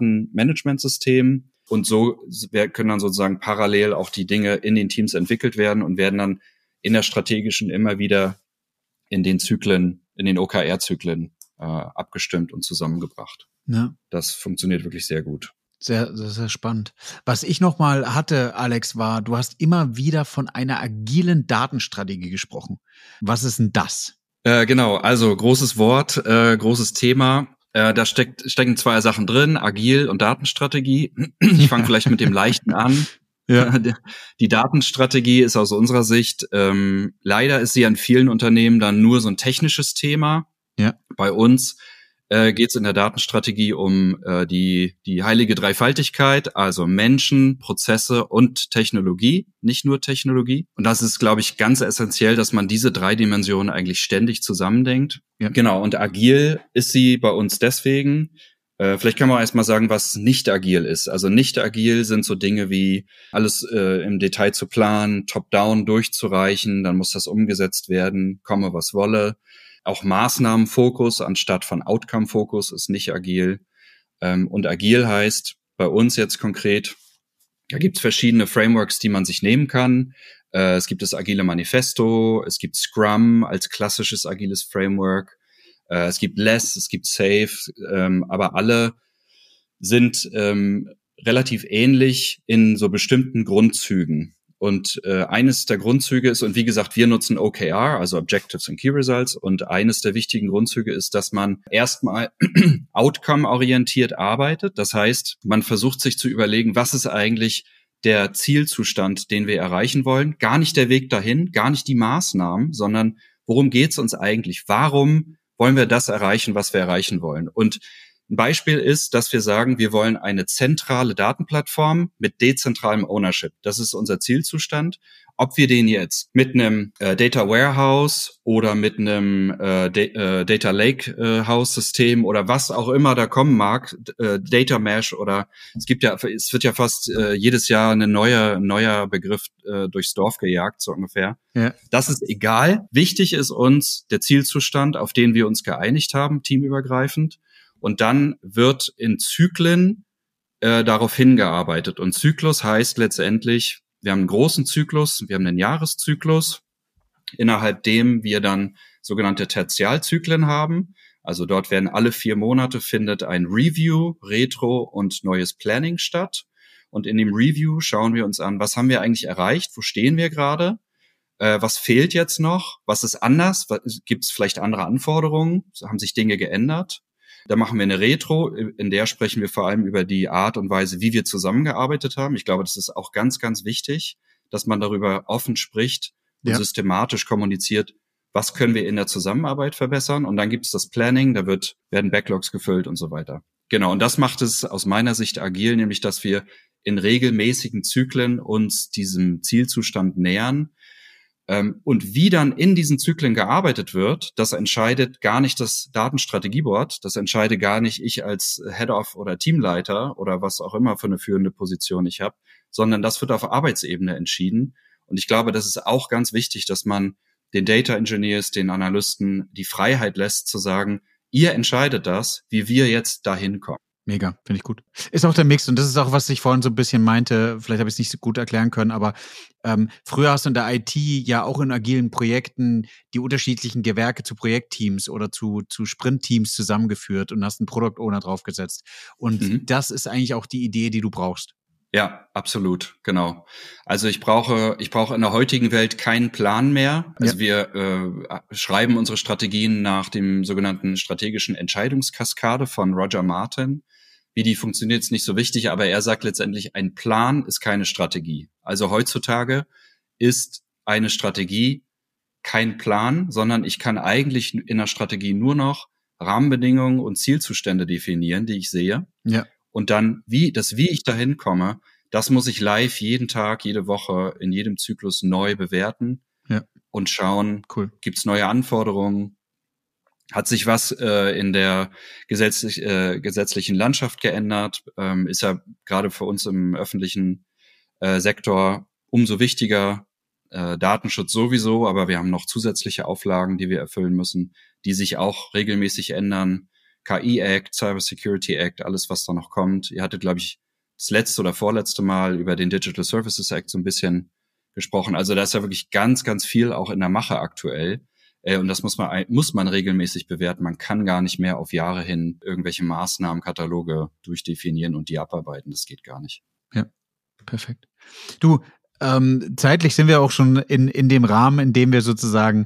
Metadaten-Management-System. Und so wir können dann sozusagen parallel auch die Dinge in den Teams entwickelt werden und werden dann in der strategischen immer wieder in den Zyklen, in den O K R-Zyklen äh, abgestimmt und zusammengebracht. Ja. Das funktioniert wirklich sehr gut. Sehr, sehr, sehr spannend. Was ich noch mal hatte, Alex, war, du hast immer wieder von einer agilen Datenstrategie gesprochen. Was ist denn das? Äh, genau, also großes Wort, äh, großes Thema. Äh, da steckt, stecken zwei Sachen drin, agil und Datenstrategie. Ich fange vielleicht mit dem Leichten an. Ja. Die Datenstrategie ist aus unserer Sicht, ähm, leider ist sie an vielen Unternehmen dann nur so ein technisches Thema. Ja. Bei uns äh, geht es in der Datenstrategie um äh, die die heilige Dreifaltigkeit, also Menschen, Prozesse und Technologie, nicht nur Technologie. Und das ist, glaube ich, ganz essentiell, dass man diese drei Dimensionen eigentlich ständig zusammendenkt. Ja. Genau, und agil ist sie bei uns deswegen. Äh, vielleicht kann man erst mal sagen, was nicht agil ist. Also nicht agil sind so Dinge wie alles äh, im Detail zu planen, top-down durchzureichen, dann muss das umgesetzt werden, komme was wolle. Auch Maßnahmenfokus anstatt von Outcome-Fokus ist nicht agil. Ähm, und agil heißt bei uns jetzt konkret, da gibt es verschiedene Frameworks, die man sich nehmen kann. Äh, es gibt das agile Manifesto, es gibt Scrum als klassisches agiles Framework. Äh, es gibt Less, es gibt Safe, ähm, aber alle sind ähm, relativ ähnlich in so bestimmten Grundzügen. Und äh, eines der Grundzüge ist, und wie gesagt, wir nutzen O K R, also Objectives and Key Results, und eines der wichtigen Grundzüge ist, dass man erstmal outcome-orientiert arbeitet. Das heißt, man versucht sich zu überlegen, was ist eigentlich der Zielzustand, den wir erreichen wollen. Gar nicht der Weg dahin, gar nicht die Maßnahmen, sondern worum geht's uns eigentlich? Warum wollen wir das erreichen, was wir erreichen wollen? Und ein Beispiel ist, dass wir sagen, wir wollen eine zentrale Datenplattform mit dezentralem Ownership. Das ist unser Zielzustand. Ob wir den jetzt mit einem äh, Data Warehouse oder mit einem äh, D- äh, Data Lake äh, House System oder was auch immer da kommen mag, äh, Data Mesh oder es gibt ja, es wird ja fast äh, jedes Jahr ein neuer, neuer Begriff äh, durchs Dorf gejagt, so ungefähr. Ja. Das ist egal. Wichtig ist uns der Zielzustand, auf den wir uns geeinigt haben, teamübergreifend. Und dann wird in Zyklen äh, darauf hingearbeitet. Und Zyklus heißt letztendlich, wir haben einen großen Zyklus, wir haben einen Jahreszyklus, innerhalb dem wir dann sogenannte Tertialzyklen haben. Also dort werden alle vier Monate findet ein Review, Retro und neues Planning statt. Und in dem Review schauen wir uns an, was haben wir eigentlich erreicht, wo stehen wir gerade, äh, was fehlt jetzt noch, was ist anders, gibt es vielleicht andere Anforderungen, haben sich Dinge geändert. Da machen wir eine Retro, in der sprechen wir vor allem über die Art und Weise, wie wir zusammengearbeitet haben. Ich glaube, das ist auch ganz, ganz wichtig, dass man darüber offen spricht und ja. systematisch kommuniziert, was können wir in der Zusammenarbeit verbessern. Und dann gibt es das Planning, da wird werden Backlogs gefüllt und so weiter. Genau, und das macht es aus meiner Sicht agil, nämlich dass wir in regelmäßigen Zyklen uns diesem Zielzustand nähern. Und wie dann in diesen Zyklen gearbeitet wird, das entscheidet gar nicht das Datenstrategieboard, das entscheide gar nicht ich als Head-of oder Teamleiter oder was auch immer für eine führende Position ich habe, sondern das wird auf Arbeitsebene entschieden. Und ich glaube, das ist auch ganz wichtig, dass man den Data Engineers, den Analysten die Freiheit lässt zu sagen, ihr entscheidet das, wie wir jetzt dahin kommen. Mega, finde ich gut. Ist auch der Mix und das ist auch, was ich vorhin so ein bisschen meinte, vielleicht habe ich es nicht so gut erklären können, aber ähm, früher hast du in der I T ja auch in agilen Projekten die unterschiedlichen Gewerke zu Projektteams oder zu, zu Sprintteams zusammengeführt und hast einen Product Owner draufgesetzt. Und mhm. das ist eigentlich auch die Idee, die du brauchst. Ja, absolut, genau. Also ich brauche, ich brauche in der heutigen Welt keinen Plan mehr. Also ja. wir äh, schreiben unsere Strategien nach dem sogenannten strategischen Entscheidungskaskade von Roger Martin. Wie die funktioniert, ist nicht so wichtig, aber er sagt letztendlich, ein Plan ist keine Strategie. Also heutzutage ist eine Strategie kein Plan, sondern ich kann eigentlich in der Strategie nur noch Rahmenbedingungen und Zielzustände definieren, die ich sehe. Ja. Und dann, wie, das, wie ich dahin komme, das muss ich live jeden Tag, jede Woche, in jedem Zyklus neu bewerten. Ja. Und schauen, Cool. Gibt's neue Anforderungen? Hat sich was äh, in der gesetzlich, äh, gesetzlichen Landschaft geändert? Ähm, ist ja gerade für uns im öffentlichen äh, Sektor umso wichtiger. Äh, Datenschutz sowieso, aber wir haben noch zusätzliche Auflagen, die wir erfüllen müssen, die sich auch regelmäßig ändern. K I-Act, Cyber Security Act, alles, was da noch kommt. Ihr hattet, glaube ich, das letzte oder vorletzte Mal über den Digital Services Act so ein bisschen gesprochen. Also da ist ja wirklich ganz, ganz viel auch in der Mache aktuell. Äh, und das muss man, muss man regelmäßig bewerten. Man kann gar nicht mehr auf Jahre hin irgendwelche Maßnahmenkataloge durchdefinieren und die abarbeiten. Das geht gar nicht. Ja, perfekt. Du, Ähm, zeitlich sind wir auch schon in in dem Rahmen, in dem wir sozusagen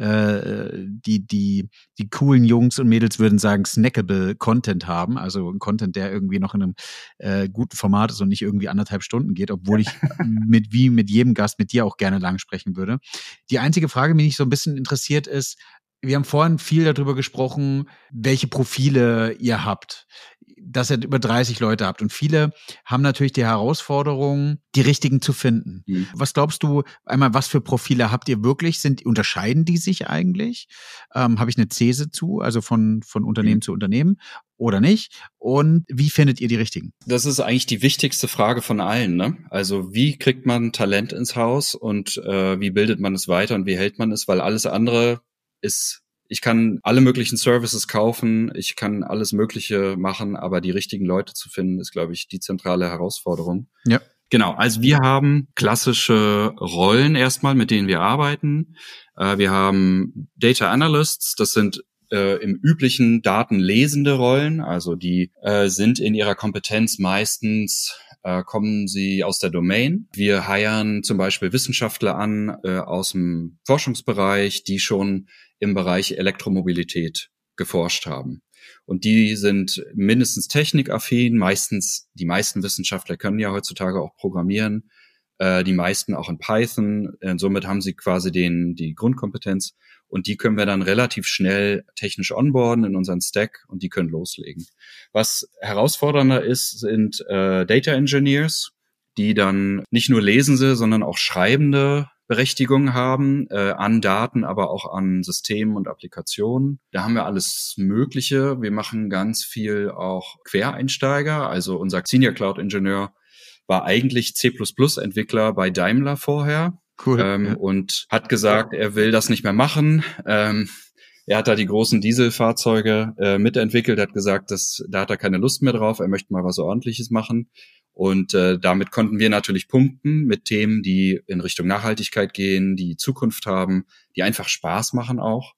äh, die die die coolen Jungs und Mädels würden sagen snackable Content haben, also ein Content, der irgendwie noch in einem äh, guten Format ist und nicht irgendwie anderthalb Stunden geht, obwohl ich mit wie mit jedem Gast mit dir auch gerne lang sprechen würde. Die einzige Frage, die mich so ein bisschen interessiert, ist: Wir haben vorhin viel darüber gesprochen, welche Profile ihr habt, dass ihr über dreißig Leute habt. Und viele haben natürlich die Herausforderung, die richtigen zu finden. Mhm. Was glaubst du, einmal, was für Profile habt ihr wirklich? Sind, unterscheiden die sich eigentlich? Ähm, habe ich eine These zu, also von, von Unternehmen mhm. zu Unternehmen oder nicht? Und wie findet ihr die richtigen? Das ist eigentlich die wichtigste Frage von allen, ne? Also wie kriegt man Talent ins Haus und äh, wie bildet man es weiter und wie hält man es? Weil alles andere ist, ich kann alle möglichen Services kaufen, ich kann alles Mögliche machen, aber die richtigen Leute zu finden, ist, glaube ich, die zentrale Herausforderung. Ja. Genau, also wir haben klassische Rollen erstmal, mit denen wir arbeiten. Äh, wir haben Data Analysts, das sind äh, im üblichen datenlesende Rollen, also die äh, sind in ihrer Kompetenz meistens Äh, kommen sie aus der Domain. Wir hiren zum Beispiel Wissenschaftler an äh, aus dem Forschungsbereich, die schon im Bereich Elektromobilität geforscht haben. Und die sind mindestens technikaffin, meistens, die meisten Wissenschaftler können ja heutzutage auch programmieren, äh, die meisten auch in Python. Und somit haben sie quasi den die Grundkompetenz. Und die können wir dann relativ schnell technisch onboarden in unseren Stack und die können loslegen. Was herausfordernder ist, sind äh, Data Engineers, die dann nicht nur lesende, sondern auch schreibende Berechtigungen haben, äh, an Daten, aber auch an Systemen und Applikationen. Da haben wir alles Mögliche. Wir machen ganz viel auch Quereinsteiger. Also unser Senior Cloud Engineer war eigentlich C plus plus Entwickler bei Daimler vorher. Cool. Ähm, ja. Und hat gesagt, er will das nicht mehr machen. Ähm, er hat da die großen Dieselfahrzeuge äh, mitentwickelt, hat gesagt, dass, da hat er keine Lust mehr drauf, er möchte mal was Ordentliches machen. Und äh, damit konnten wir natürlich punkten mit Themen, die in Richtung Nachhaltigkeit gehen, die Zukunft haben, die einfach Spaß machen auch.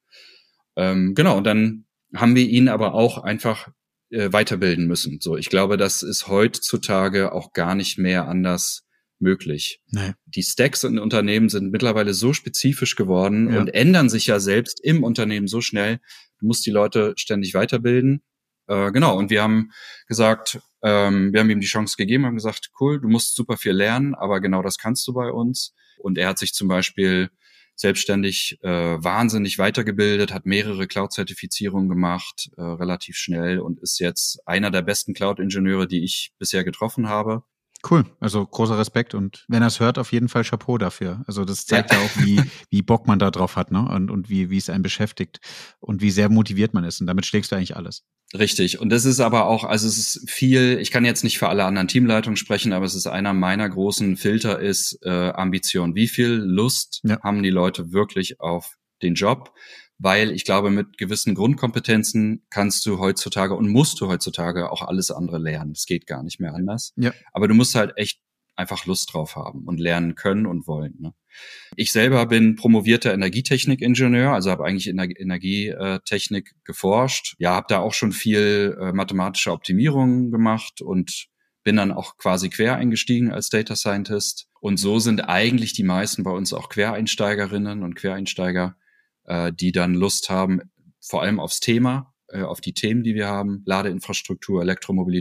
Ähm, genau, und dann haben wir ihn aber auch einfach äh, weiterbilden müssen. So, ich glaube, das ist heutzutage auch gar nicht mehr anders möglich. Nee. Die Stacks in Unternehmen sind mittlerweile so spezifisch geworden ja. und ändern sich ja selbst im Unternehmen so schnell. Du musst die Leute ständig weiterbilden. Äh, genau, und wir haben gesagt, ähm, wir haben ihm die Chance gegeben, haben gesagt, cool, du musst super viel lernen, aber genau das kannst du bei uns. Und er hat sich zum Beispiel selbstständig äh, wahnsinnig weitergebildet, hat mehrere Cloud-Zertifizierungen gemacht, äh, relativ schnell und ist jetzt einer der besten Cloud-Ingenieure, die ich bisher getroffen habe. Cool, also großer Respekt und wenn er es hört, auf jeden Fall Chapeau dafür. Also das zeigt ja, ja auch, wie wie Bock man da drauf hat, ne? Und und wie wie es einen beschäftigt und wie sehr motiviert man ist und damit schlägst du eigentlich alles. Richtig. Und das ist aber auch, also es ist viel, ich kann jetzt nicht für alle anderen Teamleitungen sprechen, aber es ist einer meiner großen Filter ist äh, Ambition. Wie viel Lust ja. haben die Leute wirklich auf den Job? Weil ich glaube, mit gewissen Grundkompetenzen kannst du heutzutage und musst du heutzutage auch alles andere lernen. Es geht gar nicht mehr anders. Ja. Aber du musst halt echt einfach Lust drauf haben und lernen können und wollen. Ne? Ich selber bin promovierter Energietechnik-Ingenieur, also habe eigentlich in der Energietechnik geforscht. Ja, habe da auch schon viel äh, mathematische Optimierungen gemacht und bin dann auch quasi quer eingestiegen als Data Scientist. Und so sind eigentlich die meisten bei uns auch Quereinsteigerinnen und Quereinsteiger, die dann Lust haben, vor allem aufs Thema, auf die Themen, die wir haben, Ladeinfrastruktur, Elektromobilität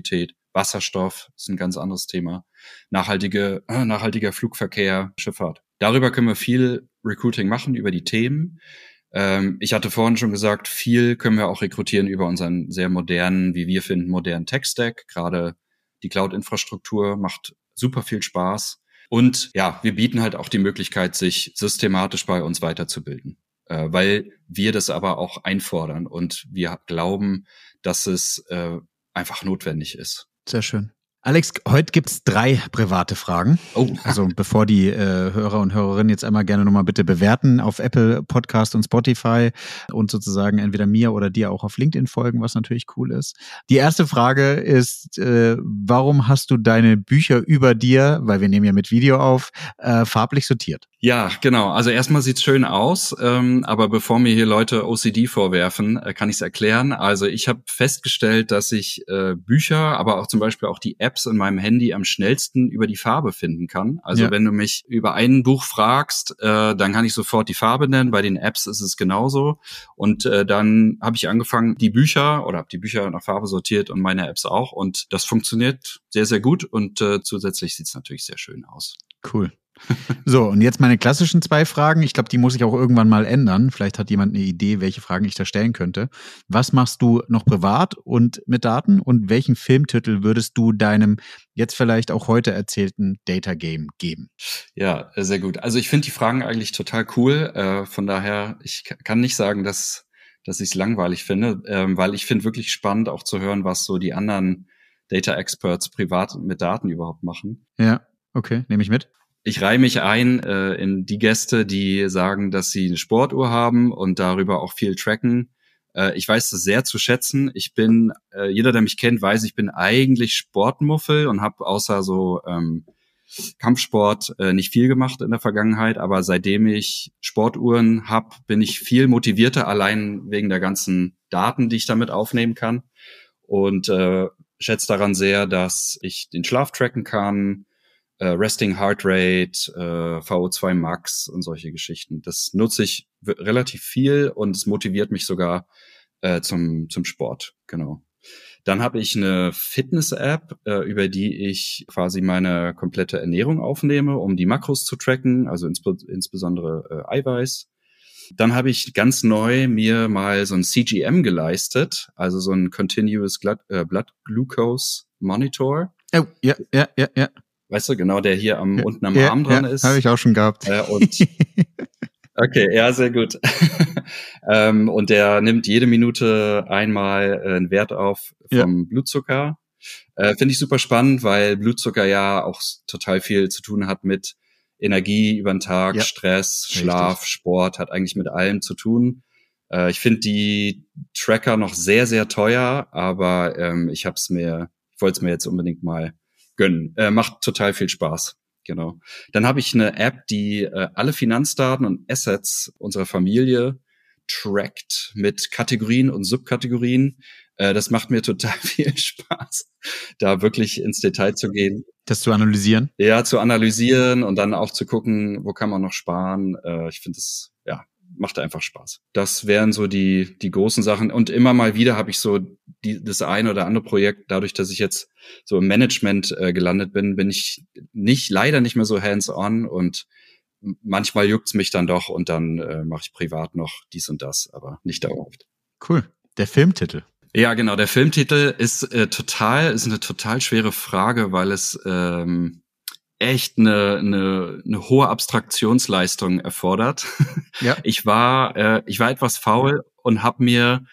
Wasserstoff ist ein ganz anderes Thema. Nachhaltige, äh, nachhaltiger Flugverkehr, Schifffahrt. Darüber können wir viel Recruiting machen, über die Themen. Ähm, ich hatte vorhin schon gesagt, viel können wir auch rekrutieren über unseren sehr modernen, wie wir finden, modernen Tech-Stack. Gerade die Cloud-Infrastruktur macht super viel Spaß. Und ja, wir bieten halt auch die Möglichkeit, sich systematisch bei uns weiterzubilden, äh, weil wir das aber auch einfordern und wir glauben, dass es äh, einfach notwendig ist. Sehr schön. Alex, heute gibt's drei private Fragen. Oh. Also bevor die äh, Hörer und Hörerinnen jetzt einmal gerne nochmal bitte bewerten auf Apple Podcast und Spotify und sozusagen entweder mir oder dir auch auf LinkedIn folgen, was natürlich cool ist. Die erste Frage ist, äh, warum hast du deine Bücher über dir, weil wir nehmen ja mit Video auf, äh, farblich sortiert? Ja, genau. Also erstmal sieht's schön aus, ähm, aber bevor mir hier Leute O C D vorwerfen, äh, kann ich es erklären. Also ich habe festgestellt, dass ich äh, Bücher, aber auch zum Beispiel auch die Apps in meinem Handy am schnellsten über die Farbe finden kann. Also Ja. wenn du mich über ein Buch fragst, äh, dann kann ich sofort die Farbe nennen. Bei den Apps ist es genauso. Und äh, dann habe ich angefangen, die Bücher oder habe die Bücher nach Farbe sortiert und meine Apps auch. Und das funktioniert sehr, sehr gut. Und äh, zusätzlich sieht's natürlich sehr schön aus. Cool. So, und jetzt meine klassischen zwei Fragen. Ich glaube, die muss ich auch irgendwann mal ändern. Vielleicht hat jemand eine Idee, welche Fragen ich da stellen könnte. Was machst du noch privat und mit Daten? Und welchen Filmtitel würdest du deinem jetzt vielleicht auch heute erzählten Data Game geben? Ja, sehr gut. Also ich finde die Fragen eigentlich total cool. Äh, von daher, ich kann nicht sagen, dass, dass ich es langweilig finde, ähm, weil ich finde wirklich spannend auch zu hören, was so die anderen Data Experts privat mit Daten überhaupt machen. Ja, okay, nehme ich mit. Ich reihe mich ein äh, in die Gäste, die sagen, dass sie eine Sportuhr haben und darüber auch viel tracken. Äh, ich weiß das sehr zu schätzen. Ich bin, äh, jeder, der mich kennt, weiß, ich bin eigentlich Sportmuffel und habe außer so ähm, Kampfsport äh, nicht viel gemacht in der Vergangenheit. Aber seitdem ich Sportuhren habe, bin ich viel motivierter, allein wegen der ganzen Daten, die ich damit aufnehmen kann. Und äh, schätze daran sehr, dass ich den Schlaf tracken kann, Uh, Resting Heart Rate, uh, V O zwei Max und solche Geschichten. Das nutze ich w- relativ viel und es motiviert mich sogar uh, zum zum Sport. Genau. Dann habe ich eine Fitness-App, uh, über die ich quasi meine komplette Ernährung aufnehme, um die Makros zu tracken, also insb- insbesondere uh, Eiweiß. Dann habe ich ganz neu mir mal so ein C G M geleistet, also so ein Continuous Blood, uh, Blood Glucose Monitor. Oh, ja, ja, ja, ja. Weißt du, genau, der hier am ja, unten am ja, Arm dran ja, ist. Habe ich auch schon gehabt. Äh, und okay, ja, sehr gut. ähm, und der nimmt jede Minute einmal äh, einen Wert auf vom ja. Blutzucker. Äh, Finde ich super spannend, weil Blutzucker ja auch total viel zu tun hat mit Energie über den Tag, ja. Stress, Richtig. Schlaf, Sport, hat eigentlich mit allem zu tun. Äh, ich finde die Tracker noch sehr, sehr teuer, aber ähm, ich hab's mir, ich wollte es mir jetzt unbedingt mal gönnen. Äh, macht total viel Spaß. Genau. Dann habe ich eine App, die äh, alle Finanzdaten und Assets unserer Familie trackt mit Kategorien und Subkategorien. Äh, das macht mir total viel Spaß, da wirklich ins Detail zu gehen. Das zu analysieren? Ja, zu analysieren und dann auch zu gucken, wo kann man noch sparen. Äh, ich finde es, ja, macht einfach Spaß. Das wären so die die großen Sachen. Und immer mal wieder habe ich so die, das eine oder andere Projekt, dadurch, dass ich jetzt so im Management äh, gelandet bin, bin ich nicht leider nicht mehr so hands-on und manchmal juckt's mich dann doch und dann äh, mache ich privat noch dies und das, aber nicht dauerhaft. Cool. Der Filmtitel. Ja, genau. Der Filmtitel ist äh, total, ist eine total schwere Frage, weil es ähm, echt eine, eine, eine hohe Abstraktionsleistung erfordert. Ja. Ich war, äh, ich war etwas faul und habe mir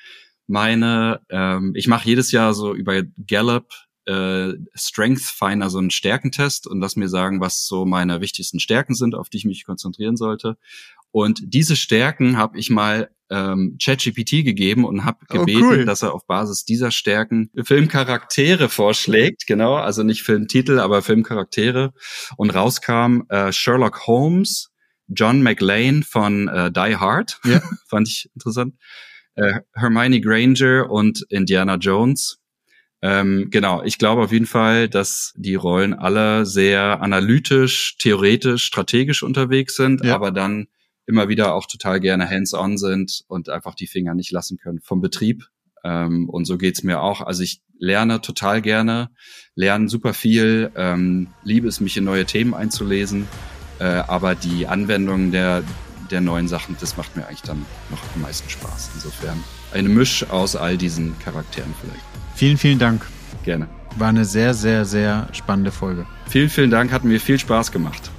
meine, ähm, ich mache jedes Jahr so über Gallup äh, Strength Finder so einen Stärkentest und lass mir sagen, was so meine wichtigsten Stärken sind, auf die ich mich konzentrieren sollte. Und diese Stärken habe ich mal ähm, ChatGPT gegeben und habe gebeten, oh, cool. dass er auf Basis dieser Stärken Filmcharaktere vorschlägt, genau, also nicht Filmtitel, aber Filmcharaktere. Und rauskam äh, Sherlock Holmes, John McClane von äh, Die Hard, ja. Fand ich interessant, äh, Hermione Granger und Indiana Jones. Ähm, genau, ich glaube auf jeden Fall, dass die Rollen alle sehr analytisch, theoretisch, strategisch unterwegs sind, ja. aber dann immer wieder auch total gerne hands-on sind und einfach die Finger nicht lassen können vom Betrieb. Ähm, und so geht's mir auch. Also ich lerne total gerne, lerne super viel, ähm, liebe es, mich in neue Themen einzulesen, äh, aber die Anwendung der, der neuen Sachen, das macht mir eigentlich dann noch am meisten Spaß. Insofern eine Misch aus all diesen Charakteren vielleicht. Vielen, vielen Dank. Gerne. War eine sehr, sehr, sehr spannende Folge. Vielen, vielen Dank, hat mir viel Spaß gemacht.